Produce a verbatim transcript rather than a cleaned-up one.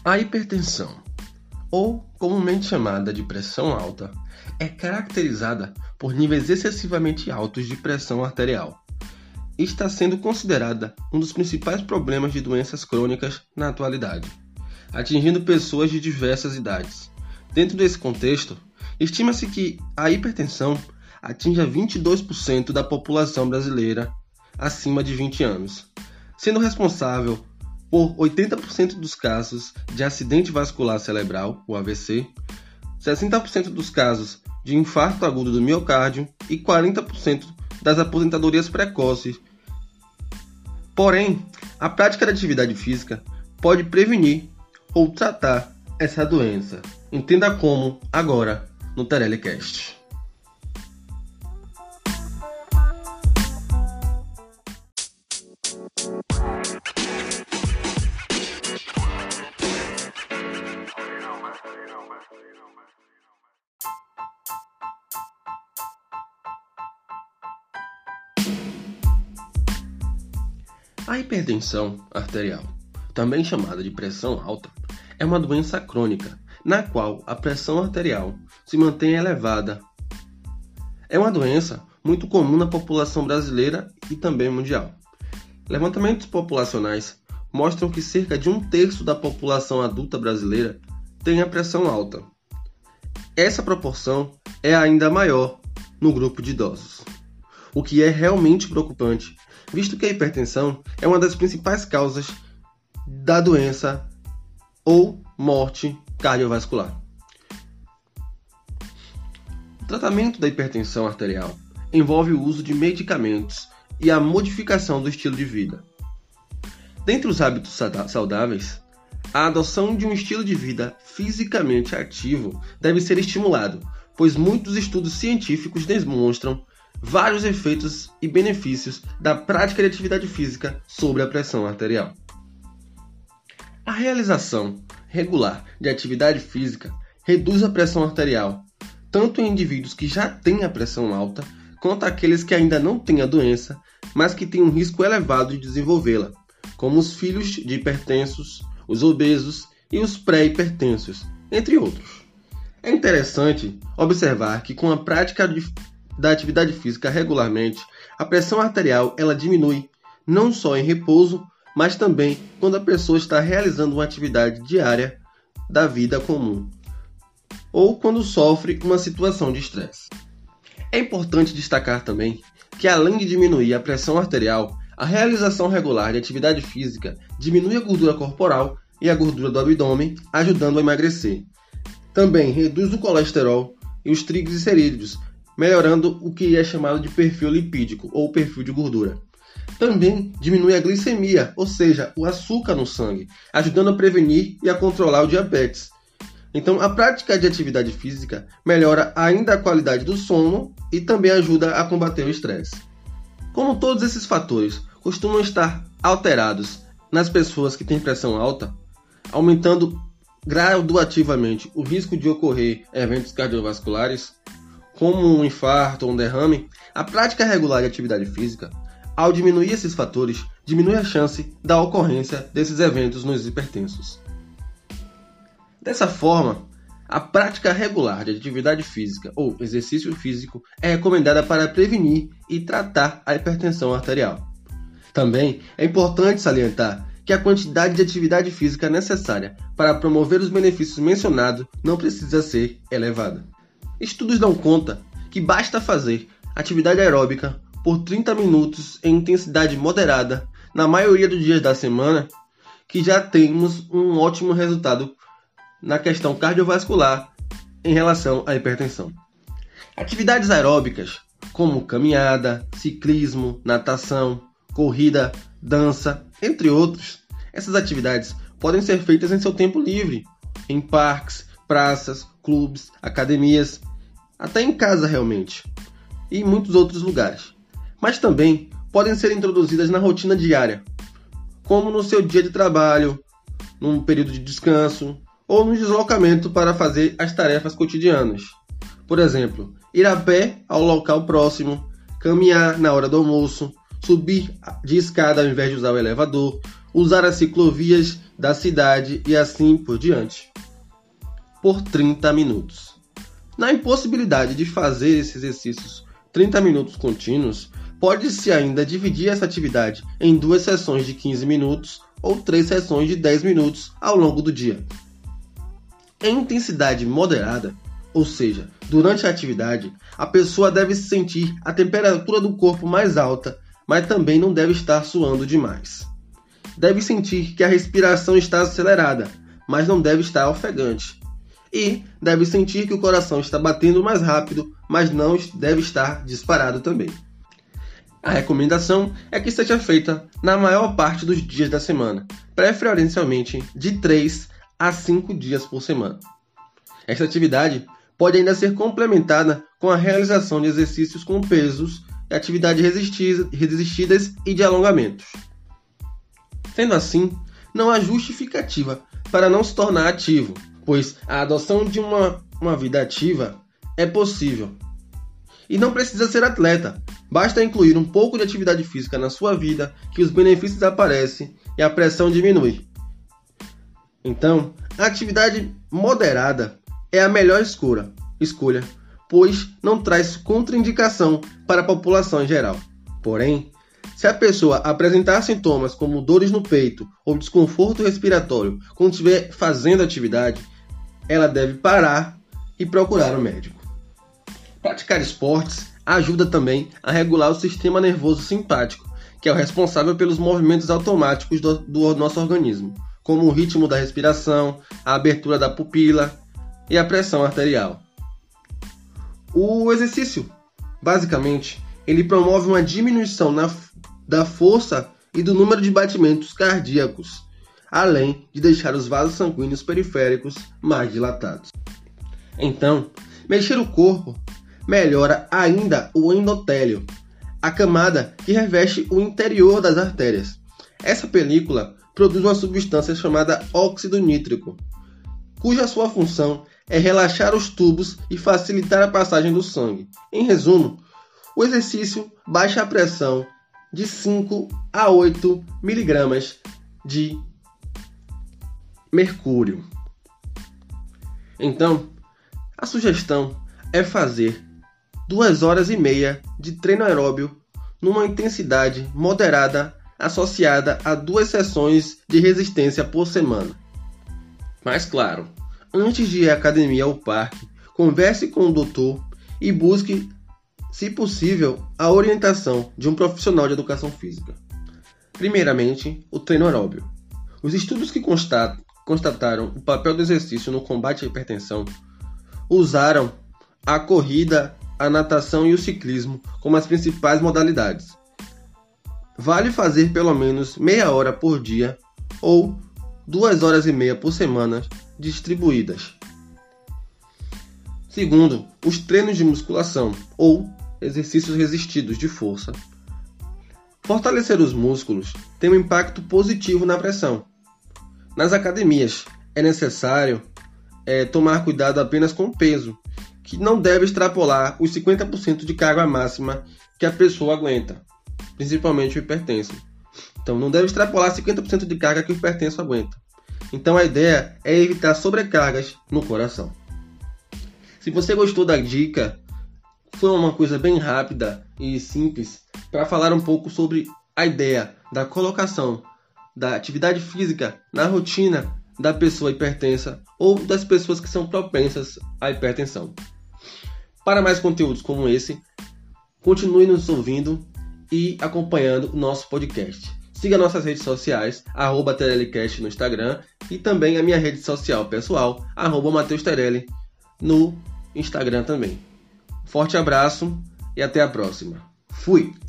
A hipertensão, ou comumente chamada de pressão alta, é caracterizada por níveis excessivamente altos de pressão arterial e está sendo considerada um dos principais problemas de doenças crônicas na atualidade, atingindo pessoas de diversas idades. Dentro desse contexto, estima-se que a hipertensão atinja vinte e dois por cento da população brasileira acima de vinte anos, sendo responsável por oitenta por cento dos casos de acidente vascular cerebral, o A V C, sessenta por cento dos casos de infarto agudo do miocárdio e quarenta por cento das aposentadorias precoces. Porém, a prática da atividade física pode prevenir ou tratar essa doença. Entenda como agora no Terelicast. A hipertensão arterial, também chamada de pressão alta, é uma doença crônica, na qual a pressão arterial se mantém elevada. É uma doença muito comum na população brasileira e também mundial. Levantamentos populacionais mostram que cerca de um terço da população adulta brasileira tem a pressão alta. Essa proporção é ainda maior no grupo de idosos, o que é realmente preocupante, visto que a hipertensão é uma das principais causas da doença ou morte cardiovascular. O tratamento da hipertensão arterial envolve o uso de medicamentos e a modificação do estilo de vida. Dentre os hábitos saudáveis, a adoção de um estilo de vida fisicamente ativo deve ser estimulado, pois muitos estudos científicos demonstram vários efeitos e benefícios da prática de atividade física sobre a pressão arterial. A realização regular de atividade física reduz a pressão arterial, tanto em indivíduos que já têm a pressão alta, quanto aqueles que ainda não têm a doença, mas que têm um risco elevado de desenvolvê-la, como os filhos de hipertensos, os obesos e os pré-hipertensos, entre outros. É interessante observar que com a prática de da atividade física regularmente, a pressão arterial ela diminui não só em repouso, mas também quando a pessoa está realizando uma atividade diária da vida comum ou quando sofre uma situação de estresse. É importante destacar também que além de diminuir a pressão arterial, a realização regular de atividade física diminui a gordura corporal e a gordura do abdômen, ajudando a emagrecer. Também reduz o colesterol e os triglicerídeos, melhorando o que é chamado de perfil lipídico ou perfil de gordura. Também diminui a glicemia, ou seja, o açúcar no sangue, ajudando a prevenir e a controlar o diabetes. Então, a prática de atividade física melhora ainda a qualidade do sono e também ajuda a combater o estresse. Como todos esses fatores costumam estar alterados nas pessoas que têm pressão alta, aumentando graduativamente o risco de ocorrer eventos cardiovasculares, como um infarto ou um derrame, a prática regular de atividade física, ao diminuir esses fatores, diminui a chance da ocorrência desses eventos nos hipertensos. Dessa forma, a prática regular de atividade física ou exercício físico é recomendada para prevenir e tratar a hipertensão arterial. Também é importante salientar que a quantidade de atividade física necessária para promover os benefícios mencionados não precisa ser elevada. Estudos dão conta que basta fazer atividade aeróbica por trinta minutos em intensidade moderada na maioria dos dias da semana que já temos um ótimo resultado na questão cardiovascular em relação à hipertensão. Atividades aeróbicas como caminhada, ciclismo, natação, corrida, dança, entre outros. Essas atividades podem ser feitas em seu tempo livre, em parques, praças, clubes, academias, até em casa realmente, e em muitos outros lugares. Mas também podem ser introduzidas na rotina diária, como no seu dia de trabalho, num período de descanso, ou no deslocamento para fazer as tarefas cotidianas. Por exemplo, ir a pé ao local próximo, caminhar na hora do almoço, subir de escada ao invés de usar o elevador, usar as ciclovias da cidade e assim por diante, por trinta minutos. Na impossibilidade de fazer esses exercícios trinta minutos contínuos, pode-se ainda dividir essa atividade em duas sessões de quinze minutos ou três sessões de dez minutos ao longo do dia. Em intensidade moderada, ou seja, durante a atividade, a pessoa deve sentir a temperatura do corpo mais alta, mas também não deve estar suando demais. Deve sentir que a respiração está acelerada, mas não deve estar ofegante. E deve sentir que o coração está batendo mais rápido, mas não deve estar disparado também. A recomendação é que seja feita na maior parte dos dias da semana, preferencialmente de três a cinco dias por semana. Esta atividade pode ainda ser complementada com a realização de exercícios com pesos, atividades resistidas e de alongamentos. Sendo assim, não há justificativa para não se tornar ativo, pois a adoção de uma, uma vida ativa é possível. E não precisa ser atleta, basta incluir um pouco de atividade física na sua vida que os benefícios aparecem e a pressão diminui. Então, a atividade moderada é a melhor escolha, escolha, pois não traz contraindicação para a população em geral. Porém, se a pessoa apresentar sintomas como dores no peito ou desconforto respiratório quando estiver fazendo atividade, ela deve parar e procurar um médico. Praticar esportes ajuda também a regular o sistema nervoso simpático, que é o responsável pelos movimentos automáticos do, do nosso organismo, como o ritmo da respiração, a abertura da pupila e a pressão arterial. O exercício, basicamente, ele promove uma diminuição na, da força e do número de batimentos cardíacos, além de deixar os vasos sanguíneos periféricos mais dilatados. Então, mexer o corpo melhora ainda o endotélio, a camada que reveste o interior das artérias. Essa película produz uma substância chamada óxido nítrico, cuja sua função é relaxar os tubos e facilitar a passagem do sangue. Em resumo, o exercício baixa a pressão de cinco a oito miligramas de mercúrio. Então, a sugestão é fazer duas horas e meia de treino aeróbio numa intensidade moderada associada a duas sessões de resistência por semana. Mas claro, antes de ir à academia ou parque, converse com o doutor e busque, se possível, a orientação de um profissional de educação física. Primeiramente, o treino aeróbio. Os estudos que constatam, constataram o papel do exercício no combate à hipertensão usaram a corrida, a natação e o ciclismo como as principais modalidades. Vale fazer pelo menos meia hora por dia ou duas horas e meia por semana distribuídas. Segundo, os treinos de musculação ou exercícios resistidos de força. Fortalecer os músculos tem um impacto positivo na pressão. Nas academias, é necessário é, tomar cuidado apenas com o peso, que não deve extrapolar os cinquenta por cento de carga máxima que a pessoa aguenta, principalmente o hipertenso. Então, não deve extrapolar cinquenta por cento de carga que o hipertenso aguenta. Então, a ideia é evitar sobrecargas no coração. Se você gostou da dica, foi uma coisa bem rápida e simples para falar um pouco sobre a ideia da colocação da atividade física na rotina da pessoa hipertensa ou das pessoas que são propensas à hipertensão. Para mais conteúdos como esse, continue nos ouvindo e acompanhando o nosso podcast. Siga nossas redes sociais, arroba TerelliCast no Instagram e também a minha rede social pessoal, arroba Matheus Terelli, no Instagram também. Forte abraço e até a próxima. Fui!